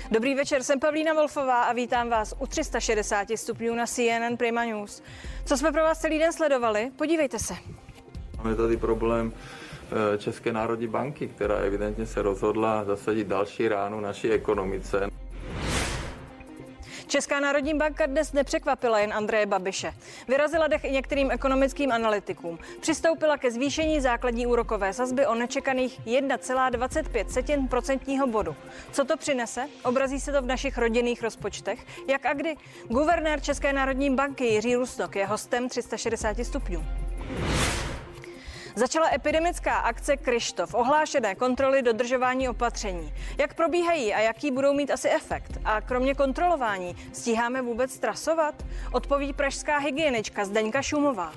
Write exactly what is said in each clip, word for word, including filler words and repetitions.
Dobrý večer, jsem Pavlína Wolfová a vítám vás u tři sta šedesát stupňů na C N N Prima News. Co jsme pro vás celý den sledovali? Podívejte se. Máme tady problém České národní banky, která evidentně se rozhodla zasadit další ránu naší ekonomice. Česká národní banka dnes nepřekvapila jen Andreje Babiše. Vyrazila dech i některým ekonomickým analytikům. Přistoupila ke zvýšení základní úrokové sazby o nečekaných jedna celá dvacet pět procentního bodu. Co to přinese? Obrazí se to v našich rodinných rozpočtech. Jak a kdy? Guvernér České národní banky Jiří Rusnok je hostem tři sta šedesát stupňů. Začala epidemická akce Kryštof, ohlášené kontroly dodržování opatření. Jak probíhají a jaký budou mít asi efekt? A kromě kontrolování stíháme vůbec trasovat? Odpoví pražská hygienička Zdeňka Šumová.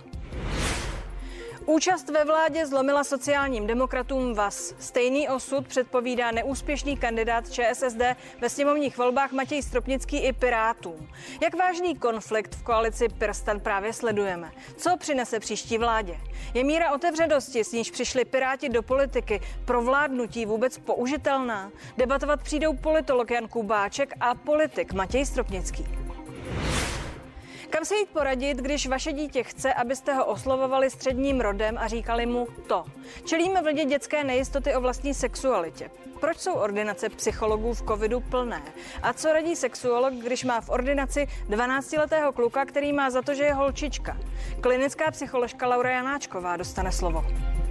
Účast ve vládě zlomila sociálním demokratům vaz. Stejný osud předpovídá neúspěšný kandidát Č S S D ve sněmovních volbách Matěj Stropnický i Pirátům. Jak vážný konflikt v koalici PirSTAN právě sledujeme? Co přinese příští vládě? Je míra otevřenosti, s níž přišli Piráti do politiky, pro vládnutí vůbec použitelná? Debatovat přijdou politolog Jan Kubáček a politik Matěj Stropnický. Kam se jít poradit, když vaše dítě chce, abyste ho oslovovali středním rodem a říkali mu to? Čelíme vlně dětské nejistoty o vlastní sexualitě. Proč jsou ordinace psychologů v covidu plné? A co radí sexuolog, když má v ordinaci dvanáctiletého kluka, který má za to, že je holčička? Klinická psycholožka Laura Janáčková dostane slovo.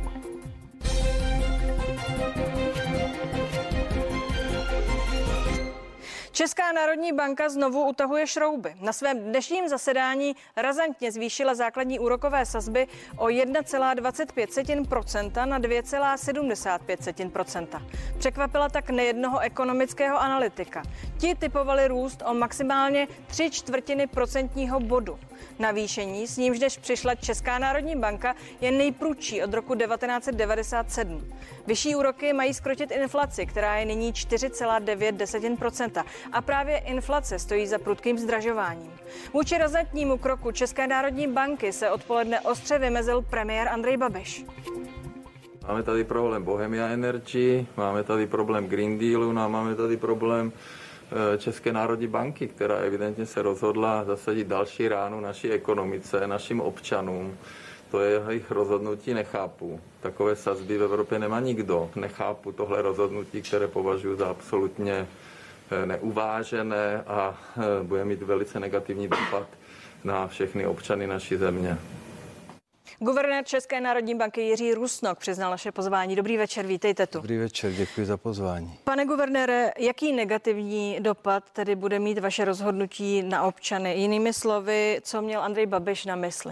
Česká národní banka znovu utahuje šrouby. Na svém dnešním zasedání razantně zvýšila základní úrokové sazby o jedna celá dvacet pět procenta na dvě celá sedmdesát pět procenta. Překvapila tak nejednoho ekonomického analytika. Ti typovali růst o maximálně tři čtvrtiny procentního bodu. Navýšení, s nímž dnes přišla Česká národní banka, je nejprudší od roku devatenáct set devadesát sedm. Vyšší úroky mají zkrotit inflaci, která je nyní čtyři celá devět procenta. A právě inflace stojí za prudkým zdražováním. Vůči razantnímu kroku České národní banky se odpoledne ostře vymezil premiér Andrej Babiš. Máme tady problém Bohemia Energy, máme tady problém Green Dealu, no a máme tady problém České národní banky, která evidentně se rozhodla zasadit další ránu naší ekonomice, našim občanům. To je jejich rozhodnutí, nechápu. Takové sazby v Evropě nemá nikdo. Nechápu tohle rozhodnutí, které považuji za absolutně neuvážené a bude mít velice negativní dopad na všechny občany naší země. Guvernér České národní banky Jiří Rusnok přiznal naše pozvání. Dobrý večer, vítejte tu. Dobrý večer, děkuji za pozvání. Pane guvernére, jaký negativní dopad tedy bude mít vaše rozhodnutí na občany? Jinými slovy, co měl Andrej Babiš na mysli?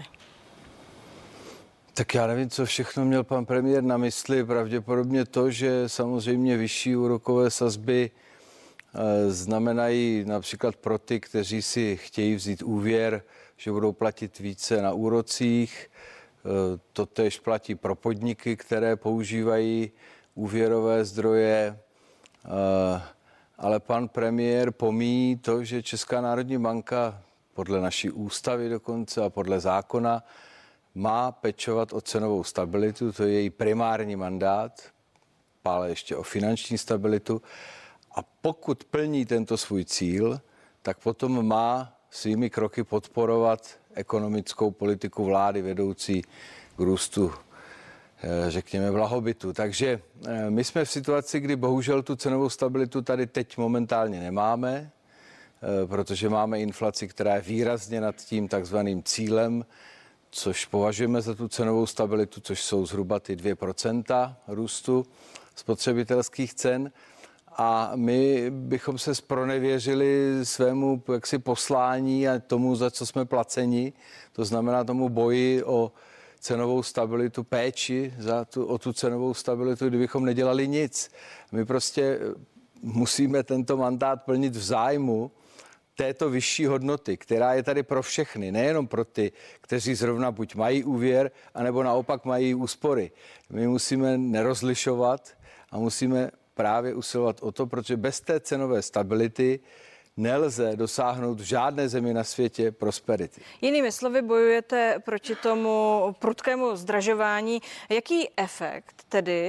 Tak já nevím, co všechno měl pan premiér na mysli. Pravděpodobně to, že samozřejmě vyšší úrokové sazby znamenají například pro ty, kteří si chtějí vzít úvěr, že budou platit více na úrocích. To též platí pro podniky, které používají úvěrové zdroje. Ale pan premiér pomíjí to, že Česká národní banka podle naší ústavy dokonce a podle zákona má pečovat o cenovou stabilitu. To je její primární mandát, ale ještě o finanční stabilitu. A pokud plní tento svůj cíl, tak potom má svými kroky podporovat ekonomickou politiku vlády vedoucí k růstu, řekněme, blahobytu. Takže my jsme v situaci, kdy bohužel tu cenovou stabilitu tady teď momentálně nemáme, protože máme inflaci, která je výrazně nad tím takzvaným cílem, což považujeme za tu cenovou stabilitu, což jsou zhruba ty dvě procenta růstu spotřebitelských cen. A my bychom se zpronevěřili svému jaksi poslání a tomu, za co jsme placeni. To znamená tomu boji o cenovou stabilitu, péči za tu, o tu cenovou stabilitu, kdybychom nedělali nic. My prostě musíme tento mandát plnit v zájmu této vyšší hodnoty, která je tady pro všechny, nejenom pro ty, kteří zrovna buď mají úvěr, anebo naopak mají úspory. My musíme nerozlišovat a musíme právě usilovat o to, protože bez té cenové stability nelze dosáhnout v žádné zemi na světě prosperity. Jinými slovy, bojujete proti tomu prudkému zdražování. Jaký efekt tedy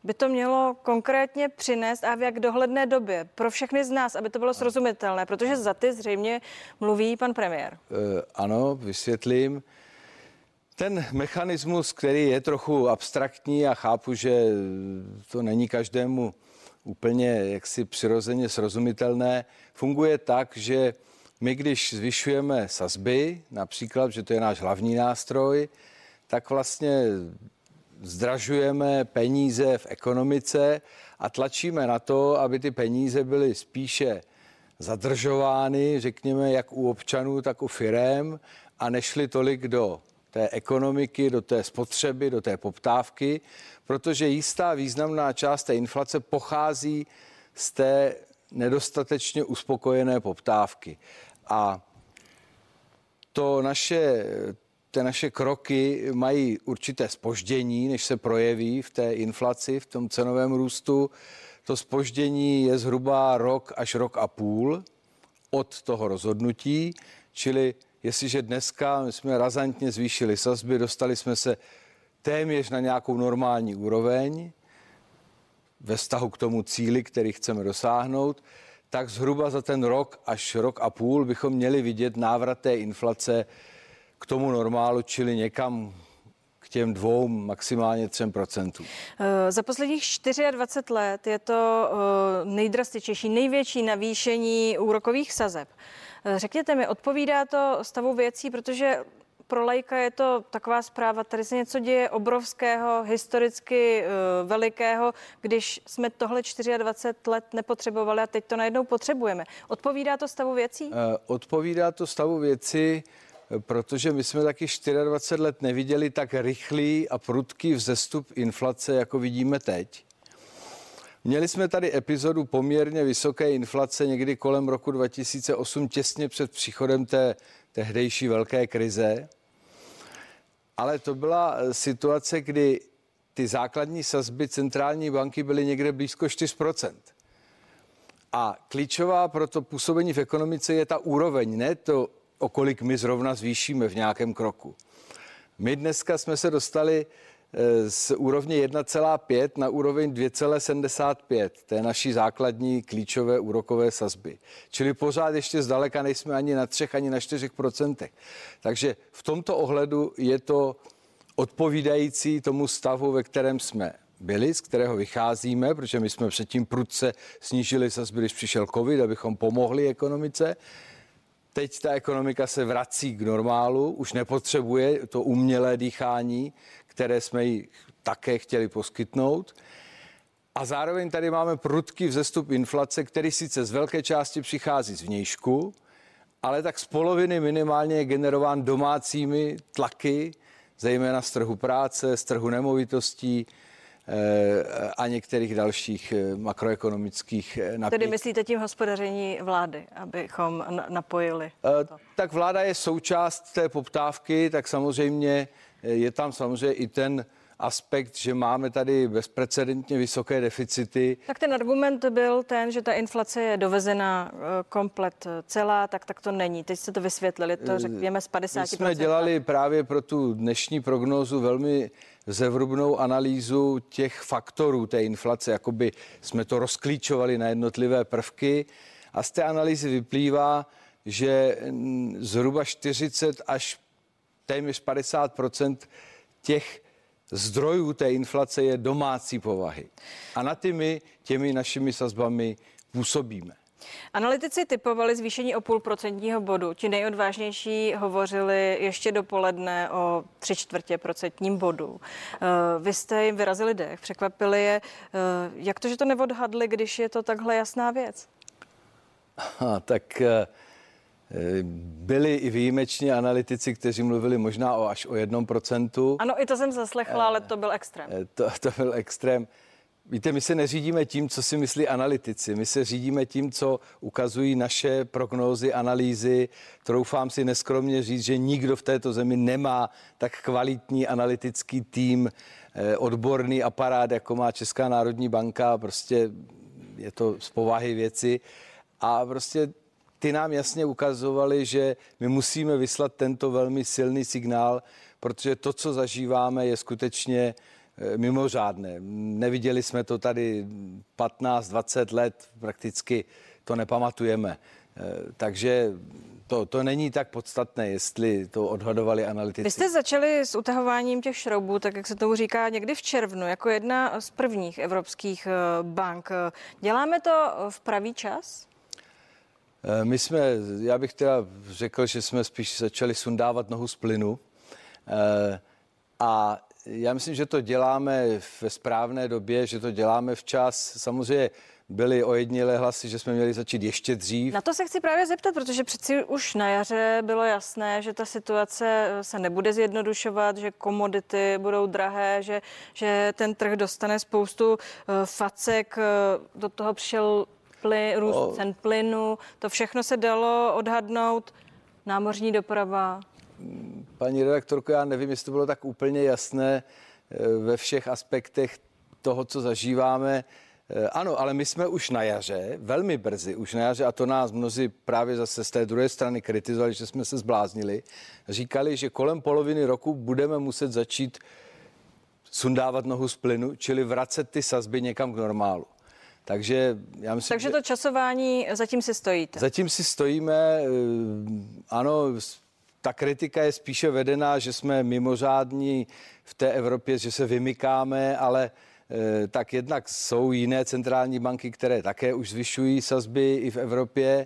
by to mělo konkrétně přinést a v jak dohledné době pro všechny z nás, aby to bylo srozumitelné, protože za ty zřejmě mluví pan premiér. E, ano, vysvětlím. Ten mechanismus, který je trochu abstraktní a chápu, že to není každému úplně jaksi přirozeně srozumitelné, funguje tak, že my, když zvyšujeme sazby, například, že to je náš hlavní nástroj, tak vlastně zdražujeme peníze v ekonomice a tlačíme na to, aby ty peníze byly spíše zadržovány, řekněme, jak u občanů, tak u firem a nešly tolik do té ekonomiky, do té spotřeby, do té poptávky, protože jistá významná část té inflace pochází z té nedostatečně uspokojené poptávky. A to naše, ty naše kroky mají určité zpoždění, než se projeví v té inflaci, v tom cenovém růstu. To zpoždění je zhruba rok až rok a půl od toho rozhodnutí, čili jestliže dneska my jsme razantně zvýšili sazby, dostali jsme se téměř na nějakou normální úroveň ve vztahu k tomu cíli, který chceme dosáhnout, tak zhruba za ten rok až rok a půl bychom měli vidět návrat té inflace k tomu normálu, čili někam k těm dvou, maximálně třem procentům. Za posledních dvacet čtyři let je to nejdrastičnější, největší navýšení úrokových sazeb. Řekněte mi, odpovídá to stavu věcí, protože pro laika je to taková zpráva, tady se něco děje obrovského, historicky uh, velikého, když jsme tohle dvacet čtyři let nepotřebovali a teď to najednou potřebujeme. Odpovídá to stavu věcí? Uh, odpovídá to stavu věcí, protože my jsme taky dvacet čtyři let neviděli tak rychlý a prudký vzestup inflace, jako vidíme teď. Měli jsme tady epizodu poměrně vysoké inflace někdy kolem roku dva tisíce osm, těsně před příchodem té tehdejší velké krize. Ale to byla situace, kdy ty základní sazby centrální banky byly někde blízko čtyři procenta. A klíčová pro to působení v ekonomice je ta úroveň, ne to, o kolik my zrovna zvýšíme v nějakém kroku. My dneska jsme se dostali z úrovně jedna celá pět na úroveň dvě celá sedmdesát pět. To je naší základní klíčové úrokové sazby. Čili pořád ještě zdaleka nejsme ani na třech, ani na čtyřech procentech. Takže v tomto ohledu je to odpovídající tomu stavu, ve kterém jsme byli, z kterého vycházíme, protože my jsme předtím prudce snížili sazby, když přišel covid, abychom pomohli ekonomice. Teď ta ekonomika se vrací k normálu, už nepotřebuje to umělé dýchání, které jsme jí také chtěli poskytnout. A zároveň tady máme prudký vzestup inflace, který sice z velké části přichází z vnějšku, ale tak z poloviny minimálně je generován domácími tlaky, zejména z trhu práce, z trhu nemovitostí a některých dalších makroekonomických napětí. Tedy myslíte tím hospodaření vlády, abychom napojili? To. Tak vláda je součást té poptávky, tak samozřejmě je tam samozřejmě i ten aspekt, že máme tady bezprecedentně vysoké deficity. Tak ten argument byl ten, že ta inflace je dovezena komplet celá, tak tak to není. Teď jste to vysvětlili, to řekněme z padesát procent. My jsme dělali právě pro tu dnešní prognózu velmi zevrubnou analýzu těch faktorů té inflace, jakoby jsme to rozklíčovali na jednotlivé prvky a z té analýzy vyplývá, že zhruba čtyřicet až téměř padesát procent těch zdrojů té inflace je domácí povahy. A na ty my těmi našimi sazbami působíme. Analytici typovali zvýšení o půl procentního bodu. Ti nejodvážnější hovořili ještě dopoledne o tři čtvrtě procentním bodu. Vy jste jim vyrazili dech, překvapili je. Jak to, že to neodhadli, když je to takhle jasná věc? Aha, tak byli i výjimečně analytici, kteří mluvili možná o až o jednom procentu. Ano, i to jsem zaslechla, ale to byl extrém. To, to byl extrém. Víte, my se neřídíme tím, co si myslí analytici. My se řídíme tím, co ukazují naše prognózy, analýzy. Troufám si neskromně říct, že nikdo v této zemi nemá tak kvalitní analytický tým, odborný aparát, jako má Česká národní banka. Prostě je to z povahy věci. A prostě ty nám jasně ukazovali, že my musíme vyslat tento velmi silný signál, protože to, co zažíváme, je skutečně mimořádné. Neviděli jsme to tady patnáct dvacet let, prakticky to nepamatujeme. Takže to, to není tak podstatné, jestli to odhadovali analytici. Vy jste začali s utahováním těch šroubů, tak jak se tomu říká, někdy v červnu, jako jedna z prvních evropských bank. Děláme to v pravý čas? My jsme, já bych teda řekl, že jsme spíš začali sundávat nohu z plynu. A já myslím, že to děláme ve správné době, že to děláme včas. Samozřejmě byly ojedinělé hlasy, že jsme měli začít ještě dřív. Na to se chci právě zeptat, protože přeci už na jaře bylo jasné, že ta situace se nebude zjednodušovat, že komodity budou drahé, že, že ten trh dostane spoustu facek, do toho přišel plyn, růst o... cen plynu, to všechno se dalo odhadnout, námořní doprava. Paní redaktorko, já nevím, jestli to bylo tak úplně jasné ve všech aspektech toho, co zažíváme. Ano, ale my jsme už na jaře, velmi brzy, už na jaře, a to nás mnozí právě zase z té druhé strany kritizovali, že jsme se zbláznili, říkali, že kolem poloviny roku budeme muset začít sundávat nohu z plynu, čili vracet ty sazby někam k normálu. Takže já myslím, Takže to časování, zatím si stojíte? Zatím si stojíme, ano, ta kritika je spíše vedená, že jsme mimořádní v té Evropě, že se vymykáme, ale tak jednak jsou jiné centrální banky, které také už zvyšují sazby i v Evropě,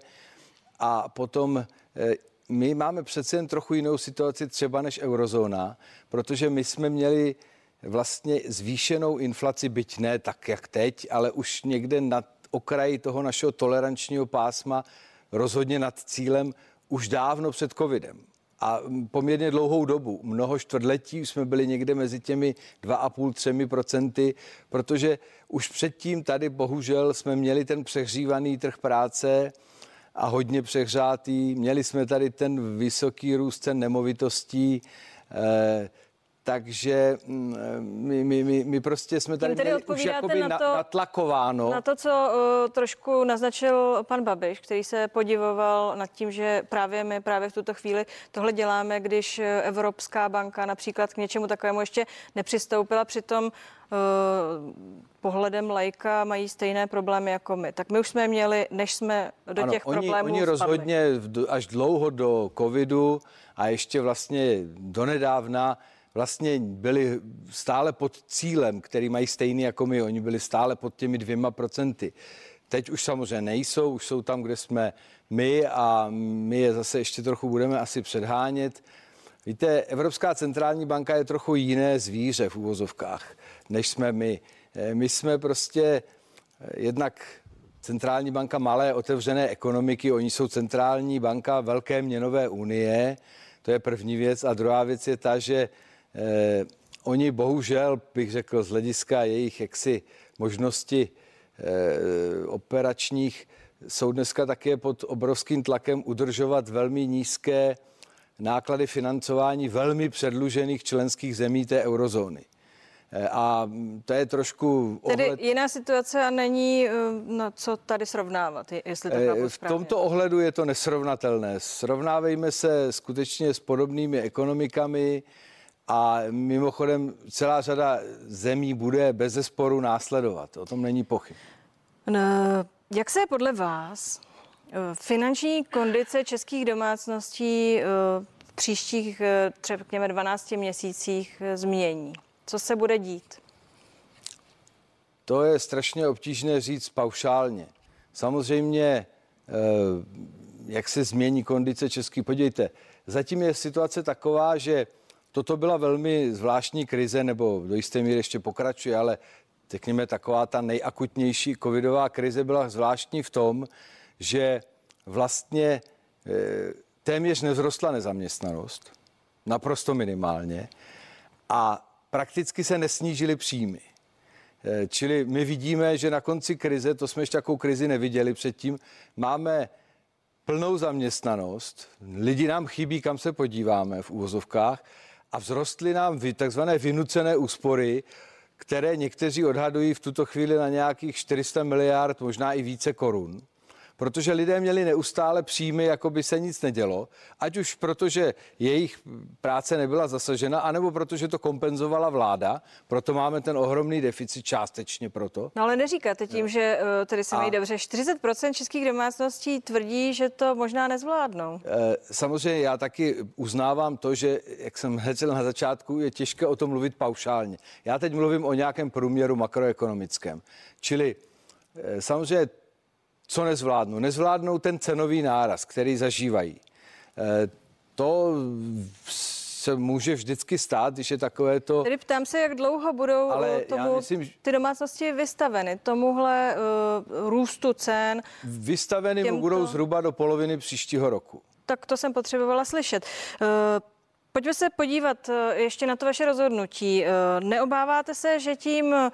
a potom my máme přece jen trochu jinou situaci třeba než eurozóna, protože my jsme měli vlastně zvýšenou inflaci, byť ne tak, jak teď, ale už někde nad okraji toho našeho tolerančního pásma, rozhodně nad cílem už dávno před covidem. A poměrně dlouhou dobu, mnoho čtvrtletí jsme byli někde mezi těmi dva a půl, třemi procenty, protože už předtím tady bohužel jsme měli ten přehřívaný trh práce a hodně přehřátý. Měli jsme tady ten vysoký růst cen nemovitostí, eh, takže my, my, my, my prostě jsme tady měli už jakoby na to, natlakováno. Na to, co uh, trošku naznačil pan Babiš, který se podivoval nad tím, že právě my právě v tuto chvíli tohle děláme, když Evropská banka například k něčemu takovému ještě nepřistoupila, přitom uh, pohledem laika mají stejné problémy jako my. Tak my už jsme měli, než jsme do ano, těch oni, problémů Oni rozhodně až dlouho do covidu a ještě vlastně donedávna vlastně byli stále pod cílem, který mají stejný jako my. Oni byli stále pod těmi dvěma procenty. Teď už samozřejmě nejsou, už jsou tam, kde jsme my, a my je zase ještě trochu budeme asi předhánět. Víte, Evropská centrální banka je trochu jiné zvíře v uvozovkách, než jsme my. My jsme prostě jednak centrální banka malé otevřené ekonomiky, oni jsou centrální banka velké měnové unie, to je první věc. A druhá věc je ta, že Eh, oni bohužel, bych řekl, z hlediska jejich jaksi možnosti eh, operačních, jsou dneska také pod obrovským tlakem udržovat velmi nízké náklady financování velmi předlužených členských zemí té eurozóny. Eh, a to je trošku ohled... Tedy jiná situace a není na co tady srovnávat, jestli to chápu správně. V tomto ohledu je to nesrovnatelné. Srovnávejme se skutečně s podobnými ekonomikami. A mimochodem celá řada zemí bude bezesporu následovat. O tom není pochyb. No, jak se podle vás finanční kondice českých domácností v příštích, třeba řekněme, dvanácti měsících změní? Co se bude dít? To je strašně obtížné říct paušálně. Samozřejmě, jak se změní kondice českých, podívejte, zatím je situace taková, že toto byla velmi zvláštní krize, nebo do jisté míry ještě pokračuje, ale řekněme taková ta nejakutnější covidová krize byla zvláštní v tom, že vlastně téměř nevzrostla nezaměstnanost, naprosto minimálně, a prakticky se nesnížily příjmy. Čili my vidíme, že na konci krize, to jsme ještě takovou krizi neviděli předtím, máme plnou zaměstnanost, lidi nám chybí, kam se podíváme v uvozovkách, a vzrostly nám takzvané vynucené úspory, které někteří odhadují v tuto chvíli na nějakých čtyři sta miliard, možná i více korun. protože lidé měli neustále příjmy, jako by se nic nedělo, ať už protože jejich práce nebyla zasažena, anebo protože to kompenzovala vláda, proto máme ten ohromný deficit částečně proto. No ale neříkáte tím, že tedy se mají dobře. čtyřicet procent českých domácností tvrdí, že to možná nezvládnou. Samozřejmě já taky uznávám to, že, jak jsem řekl na začátku, je těžké o tom mluvit paušálně. Já teď mluvím o nějakém průměru makroekonomickém. Čili samozřejmě, co nezvládnou? Nezvládnou ten cenový náraz, který zažívají. To se může vždycky stát, když je takové to... Tedy ptám se, jak dlouho budou Ale tomu myslím, ty domácnosti vystaveny, tomuhle uh, růstu cen. Vystaveny těmto... budou zhruba do poloviny příštího roku. Tak to jsem potřebovala slyšet. Uh, pojďme se podívat uh, ještě na to vaše rozhodnutí. Uh, neobáváte se, že tím uh,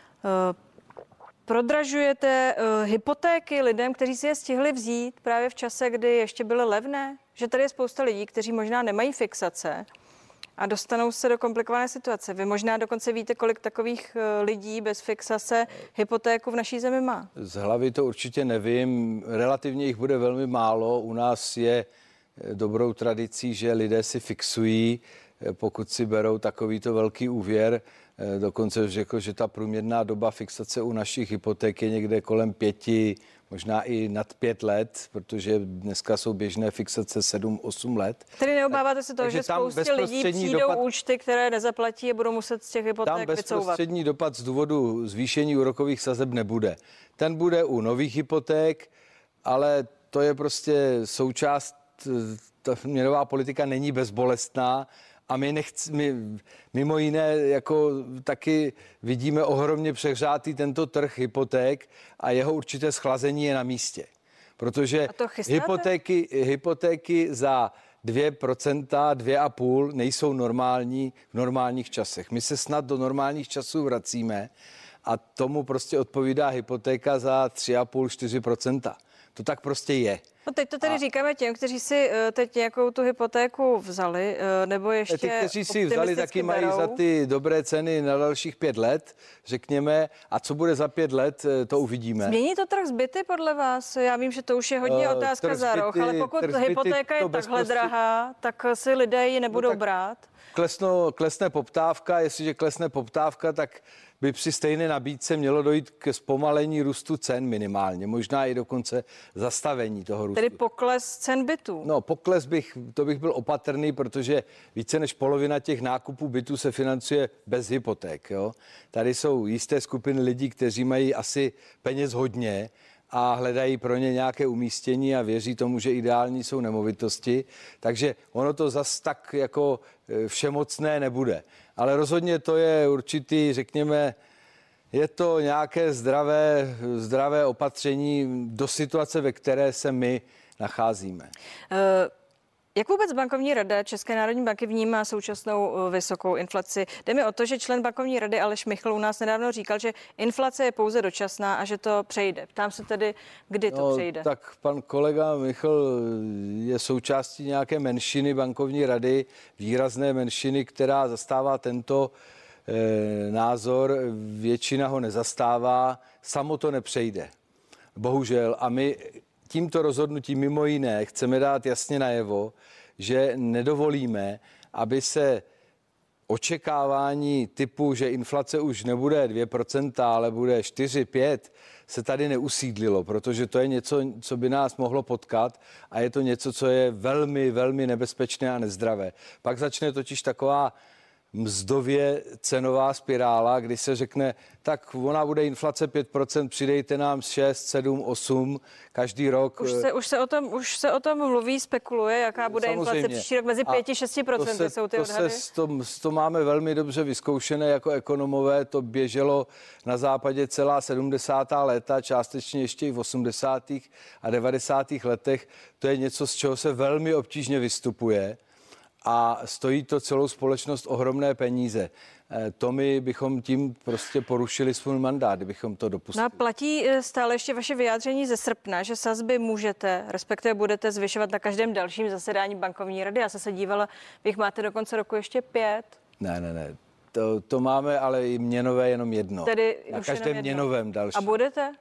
prodražujete uh, hypotéky lidem, kteří si je stihli vzít právě v čase, kdy ještě byly levné? Že tady je spousta lidí, kteří možná nemají fixace a dostanou se do komplikované situace. Vy možná dokonce víte, kolik takových lidí bez fixace hypotéku v naší zemi má. Z hlavy to určitě nevím. Relativně jich bude velmi málo. U nás je dobrou tradicí, že lidé si fixují, pokud si berou takovýto velký úvěr. Dokonce řekl, že ta průměrná doba fixace u našich hypoték je někde kolem pěti, možná i nad pět let, protože dneska jsou běžné fixace sedm osm let. Tedy neobáváte se toho, že spoustě lidí přijdou dopad, účty, které nezaplatí a budou muset z těch hypoték vycouvat? Tam bezprostřední dopad z důvodu zvýšení úrokových sazeb nebude. Ten bude u nových hypoték, ale to je prostě součást, ta měnová politika není bezbolestná. A my, nechci, my mimo jiné jako taky vidíme ohromně přehřátý tento trh hypoték a jeho určité schlazení je na místě. Protože hypotéky, hypotéky za dvě procenta, dvě a půl nejsou normální v normálních časech. My se snad do normálních časů vracíme a tomu prostě odpovídá hypotéka za tři a půl, čtyři procenta. To tak prostě je. No teď to tedy a... říkáme těm, kteří si uh, teď nějakou tu hypotéku vzali, uh, nebo ještě Ty, kteří si vzali, taky berou. Mají za ty dobré ceny na dalších pět let, řekněme, a co bude za pět let, to uvidíme. Změní to trh s byty podle vás? Já vím, že to už je hodně uh, otázka za roh, ale pokud hypotéka je takhle bezprostřed... drahá, tak si lidé ji nebudou no brát. Klesno, klesne poptávka, jestliže klesne poptávka, tak by při stejné nabídce mělo dojít ke zpomalení růstu cen minimálně, možná i dokonce zastavení toho růstu. Tedy pokles cen bytů? No, pokles bych, to bych byl opatrný, protože více než polovina těch nákupů bytů se financuje bez hypoték. Jo? Tady jsou jisté skupiny lidí, kteří mají asi peněz hodně a hledají pro ně nějaké umístění a věří tomu, že ideální jsou nemovitosti. Takže ono to zas tak jako všemocné nebude. Ale rozhodně to je určitý, řekněme, je to nějaké zdravé, zdravé opatření do situace, ve které se my nacházíme. Uh... Jak vůbec bankovní rada České národní banky vnímá současnou vysokou inflaci? Jde mi o to, že člen bankovní rady Aleš Michl u nás nedávno říkal, že inflace je pouze dočasná a že to přejde. Ptám se tedy, kdy to no, přejde. Tak pan kolega Michl je součástí nějaké menšiny bankovní rady, výrazné menšiny, která zastává tento e, názor. Většina ho nezastává, samo to nepřejde. Bohužel. A my tímto rozhodnutím mimo jiné chceme dát jasně najevo, že nedovolíme, aby se očekávání typu, že inflace už nebude dvě procenta, ale bude čtyři pět, se tady neusídlilo, protože to je něco, co by nás mohlo potkat a je to něco, co je velmi, velmi nebezpečné a nezdravé. Pak začne totiž taková mzdově cenová spirála, kdy se řekne, tak ona bude inflace pět procent, přidejte nám šest, sedm, osm každý rok. Už se, už se, o, tom, už se o tom mluví, spekuluje, jaká bude Samozřejmě. inflace příští rok mezi pět a šest procent to jsou ty to odhady. Se, to, to máme velmi dobře vyzkoušené jako ekonomové, to běželo na západě celá sedmdesátá léta, částečně ještě i v osmdesátých a devadesátých letech. To je něco, z čeho se velmi obtížně vystupuje. A stojí to celou společnost ohromné peníze. To my bychom tím prostě porušili svůj mandát, kdybychom to dopustili. No a platí stále ještě vaše vyjádření ze srpna, že sazby můžete, respektive budete zvyšovat na každém dalším zasedání bankovní rady. Já jsem se dívala, vy jich máte do konce roku ještě pět. Ne, ne, ne. To, to máme ale i měnové jenom jedno. Tedy na každém měnovém dalším. A budete?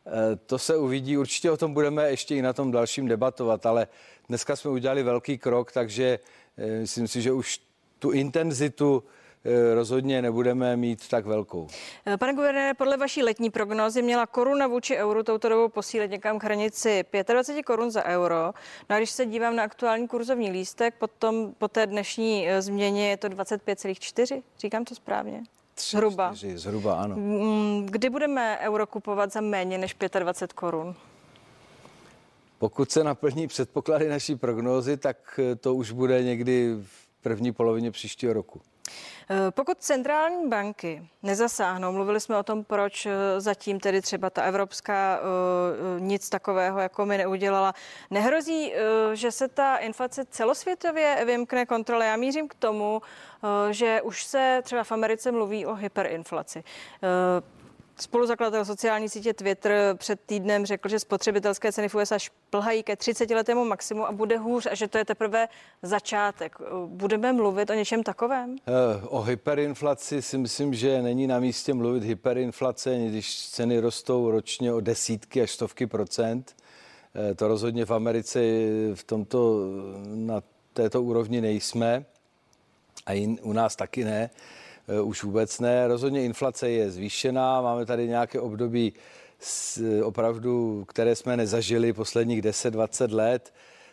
To se uvidí, určitě o tom budeme ještě i na tom dalším debatovat, ale dneska jsme udělali velký krok, takže myslím si, že už tu intenzitu rozhodně nebudeme mít tak velkou. Pane guvernére, podle vaší letní prognózy měla koruna vůči euru touto dobou posílit někam k hranici dvacet pět korun za euro. No a když se dívám na aktuální kurzovní lístek, potom po té dnešní změně je to dvacet pět celá čtyři. Říkám to správně? Zhruba. čtyři, zhruba, ano. Kdy budeme euro kupovat za méně než dvacet pět korun? Pokud se naplní předpoklady naší prognózy, tak to už bude někdy v první polovině příštího roku. Pokud centrální banky nezasáhnou, mluvili jsme o tom, proč zatím tedy třeba ta evropská nic takového jako my neudělala. Nehrozí, že se ta inflace celosvětově vymkne kontrole? Já mířím k tomu, že už se třeba v Americe mluví o hyperinflaci. Spoluzakladatel sociální sítě Twitter před týdnem řekl, že spotřebitelské ceny v U S A šplhají ke třicetiletému maximu a bude hůř a že to je teprve začátek. Budeme mluvit o něčem takovém? O hyperinflaci si myslím, že není na místě mluvit hyperinflace, když ceny rostou ročně o desítky až stovky procent. To rozhodně v Americe v tomto, na této úrovni nejsme a jin, u nás taky ne. Už vůbec ne. Rozhodně inflace je zvýšená. Máme tady nějaké období opravdu, které jsme nezažili posledních deset dvacet let.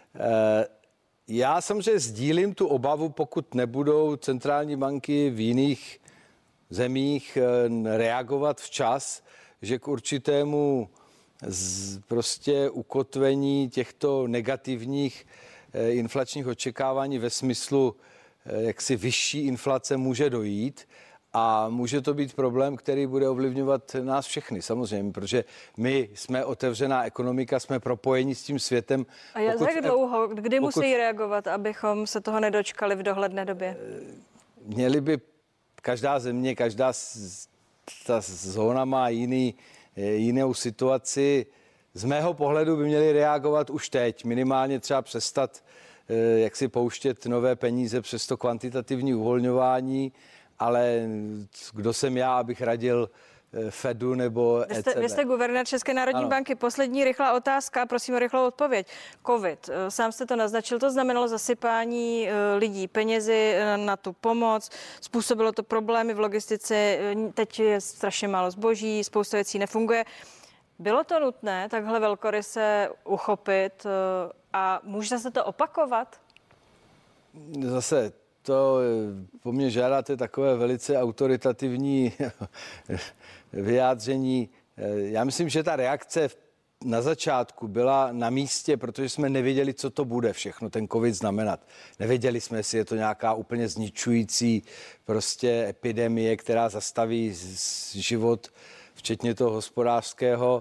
Já samozřejmě sdílím tu obavu, pokud nebudou centrální banky v jiných zemích reagovat včas, že k určitému prostě ukotvení těchto negativních inflačních očekávání ve smyslu jaksi vyšší inflace může dojít a může to být problém, který bude ovlivňovat nás všechny samozřejmě, protože my jsme otevřená ekonomika, jsme propojeni s tím světem. A jak dlouho, kdy pokud, musí reagovat, abychom se toho nedočkali v dohledné době? Měli by, každá země, každá ta zóna má jiný, jinou situaci. Z mého pohledu by měli reagovat už teď, minimálně třeba přestat jak si pouštět nové peníze přes to kvantitativní uvolňování, ale kdo jsem já, abych radil Fedu nebo E C B. Vy jste, vy jste guvernér České národní ano. banky. Poslední rychlá otázka, prosím o rychlou odpověď. Covid, sám jste to naznačil, to znamenalo zasypání lidí penězi na tu pomoc, způsobilo to problémy v logistice, teď je strašně málo zboží, spousta věcí nefunguje. Bylo to nutné takhle velkoryse uchopit a může se to opakovat? Zase to po mně žádáte takové velice autoritativní vyjádření. Já myslím, že ta reakce na začátku byla na místě, protože jsme nevěděli, co to bude všechno ten covid znamenat. Nevěděli jsme, jestli je to nějaká úplně zničující prostě epidemie, která zastaví život, včetně toho hospodářského.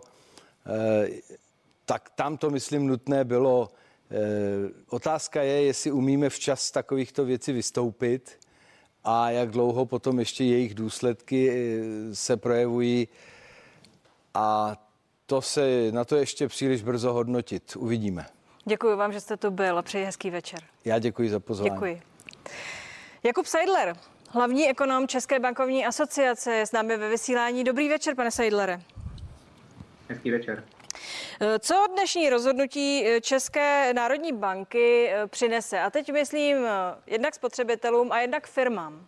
Tak tam to, myslím, nutné bylo. Otázka je, jestli umíme včas z takovýchto věcí vystoupit a jak dlouho potom ještě jejich důsledky se projevují. A to se, na to ještě příliš brzo hodnotit. Uvidíme. Děkuji vám, že jste tu byl a přeji hezký večer. Já děkuji za pozvání. Děkuji. Jakub Seidler, hlavní ekonom České bankovní asociace, je s námi ve vysílání. Dobrý večer, pane Seidlere. Hezký večer. Co dnešní rozhodnutí České národní banky přinese? A teď myslím jednak spotřebitelům a jednak firmám.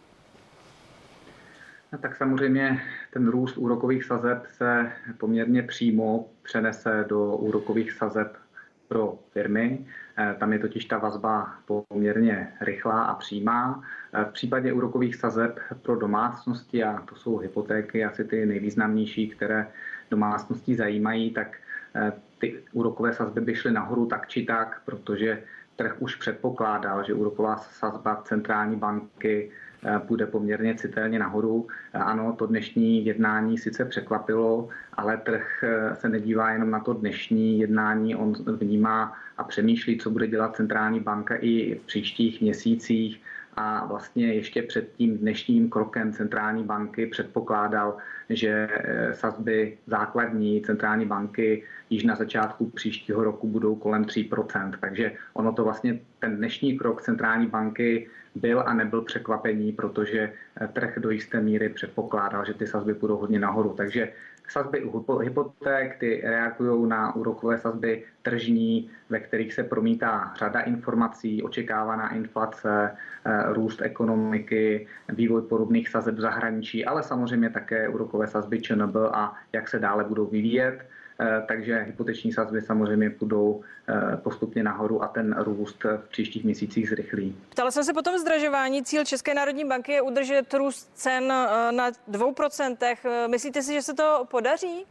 No, tak samozřejmě ten růst úrokových sazeb se poměrně přímo přenese do úrokových sazeb pro firmy. Tam je totiž ta vazba poměrně rychlá a přímá. V případě úrokových sazeb pro domácnosti, a to jsou hypotéky, asi ty nejvýznamnější, které domácnosti zajímají, tak ty úrokové sazby by šly nahoru tak či tak, protože trh už předpokládal, že úroková sazba centrální banky půjde poměrně citelně nahoru. Ano, to dnešní jednání sice překvapilo, ale trh se nedívá jenom na to dnešní jednání, on vnímá a přemýšlí, co bude dělat centrální banka i v příštích měsících. A vlastně ještě před tím dnešním krokem centrální banky předpokládal, že sazby základní centrální banky již na začátku příštího roku budou kolem tří procent. Takže ono to vlastně, ten dnešní krok centrální banky byl a nebyl překvapení, protože trh do jisté míry předpokládal, že ty sazby budou hodně nahoru. Takže sazby u hypoték, ty reagují na úrokové sazby tržní, ve kterých se promítá řada informací, očekávaná inflace, růst ekonomiky, vývoj podobných sazeb v zahraničí, ale samozřejmě také úrokové sazby ČNB a jak se dále budou vyvíjet. Takže hypoteční sazby samozřejmě půjdou postupně nahoru a ten růst v příštích měsících zrychlí. Ptala jsem se potom zdražování. Cíl České národní banky je udržet růst cen na dvou procentech. Myslíte si, že se to podaří?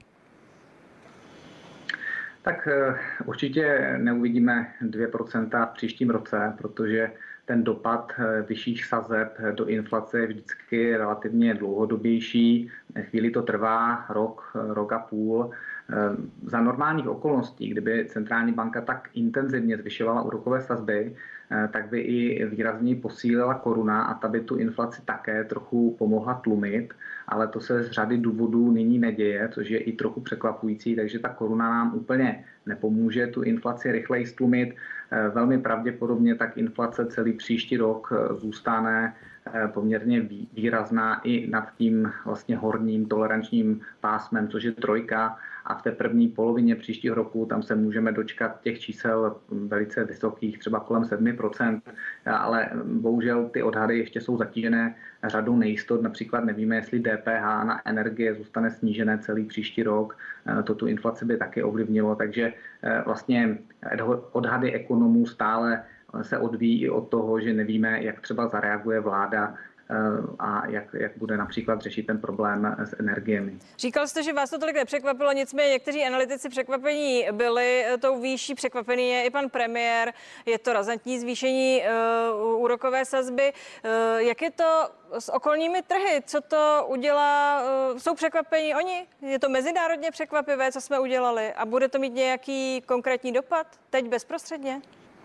Tak určitě neuvidíme dvě procenta v příštím roce, protože ten dopad vyšších sazeb do inflace je vždycky relativně dlouhodobější. Chvíli to trvá rok, rok a půl. Za normálních okolností, kdyby centrální banka tak intenzivně zvyšovala úrokové sazby, tak by i výrazně posílila koruna a ta by tu inflaci také trochu pomohla tlumit, ale to se z řady důvodů nyní neděje, což je i trochu překvapující, takže ta koruna nám úplně nepomůže tu inflaci rychleji stlumit. Velmi pravděpodobně tak inflace celý příští rok zůstane poměrně výrazná i nad tím vlastně horním tolerančním pásmem, což je trojka. A v té první polovině příštího roku tam se můžeme dočkat těch čísel velice vysokých, třeba kolem sedm procent, ale bohužel ty odhady ještě jsou zatížené řadou nejistot. Například nevíme, jestli D P H na energie zůstane snížené celý příští rok. To tu inflaci by taky ovlivnilo, takže vlastně odhady ekonomů stále se odvíjí od toho, že nevíme, jak třeba zareaguje vláda a jak, jak bude například řešit ten problém s energiemi. Říkal jste, že vás to tolik nepřekvapilo, nicméně někteří analytici překvapení byli, tou výší překvapený je i pan premiér, je to razantní zvýšení uh, úrokové sazby. Uh, jak je to s okolními trhy? Co to udělá? Uh, jsou překvapení oni? Je to mezinárodně překvapivé, co jsme udělali? A bude to mít nějaký konkrétní dopad teď bezprostředně?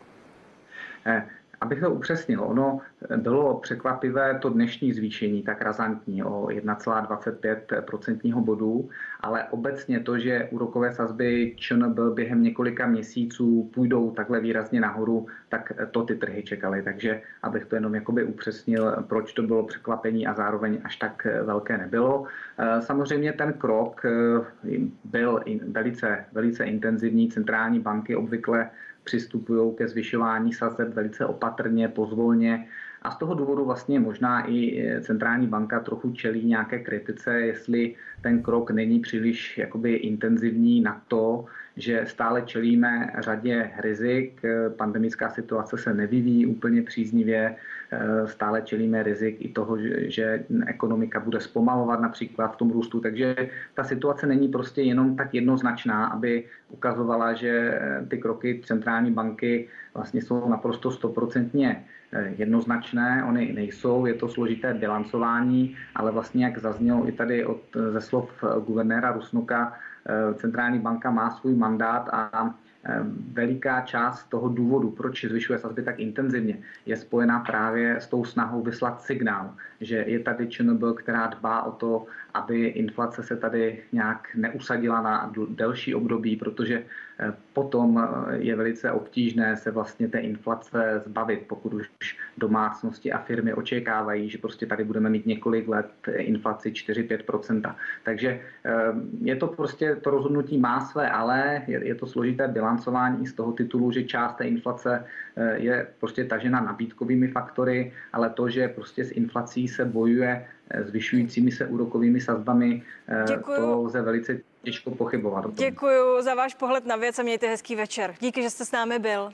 Eh. Abych to upřesnil, ono bylo překvapivé to dnešní zvýšení, tak razantní o jedna celá dvacet pět procentního bodu, ale obecně to, že úrokové sazby ČNB během několika měsíců půjdou takhle výrazně nahoru, tak to ty trhy čekaly. Takže abych to jenom jakoby upřesnil, proč to bylo překvapení a zároveň až tak velké nebylo. Samozřejmě ten krok byl velice, velice intenzivní. Centrální banky obvykle přistupují ke zvyšování sazeb velice opatrně, pozvolně a z toho důvodu vlastně možná i centrální banka trochu čelí nějaké kritice, jestli ten krok není příliš jakoby intenzivní na to, že stále čelíme řadě rizik, pandemická situace se nevyvíjí úplně příznivě, stále čelíme rizik i toho, že ekonomika bude zpomalovat například v tom růstu, takže ta situace není prostě jenom tak jednoznačná, aby ukazovala, že ty kroky centrální banky vlastně jsou naprosto stoprocentně jednoznačné, oni nejsou, je to složité bilancování, ale vlastně jak zaznělo i tady od, ze slov guvernéra Rusnoka, centrální banka má svůj mandát a veliká část toho důvodu, proč zvyšuje sazby tak intenzivně, je spojená právě s tou snahou vyslat signál, že je tady ČNB, která dbá o to, aby inflace se tady nějak neusadila na delší období, protože potom je velice obtížné se vlastně té inflace zbavit, pokud už domácnosti a firmy očekávají, že prostě tady budeme mít několik let inflaci čtyři až pět procent. Takže je to prostě, to rozhodnutí má své ale, je, je to složité bilancování z toho titulu, že část té inflace je prostě tažena nabídkovými faktory, ale to, že prostě s inflací se bojuje zvyšujícími se úrokovými sazbami, Děkuju. To lze velice těžko pochybovat. Děkuju za váš pohled na věc a mějte hezký večer. Díky, že jste s námi byl.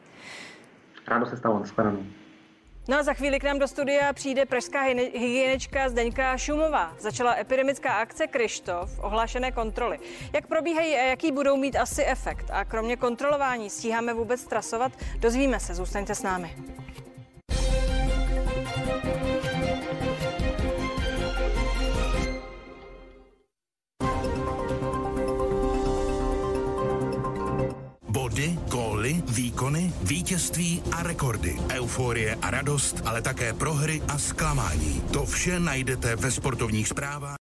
Rádo se stalo, nashledanou. No a za chvíli k nám do studia přijde pražská hygienička Zdeňka Šumová. Začala epidemická akce Kryštof, ohlášené kontroly. Jak probíhají a jaký budou mít asi efekt? A kromě kontrolování stíháme vůbec trasovat? Dozvíme se, zůstaňte s námi. Body, góly, výkony, vítězství a rekordy, euforie a radost, ale také prohry a zklamání. To vše najdete ve sportovních zprávách.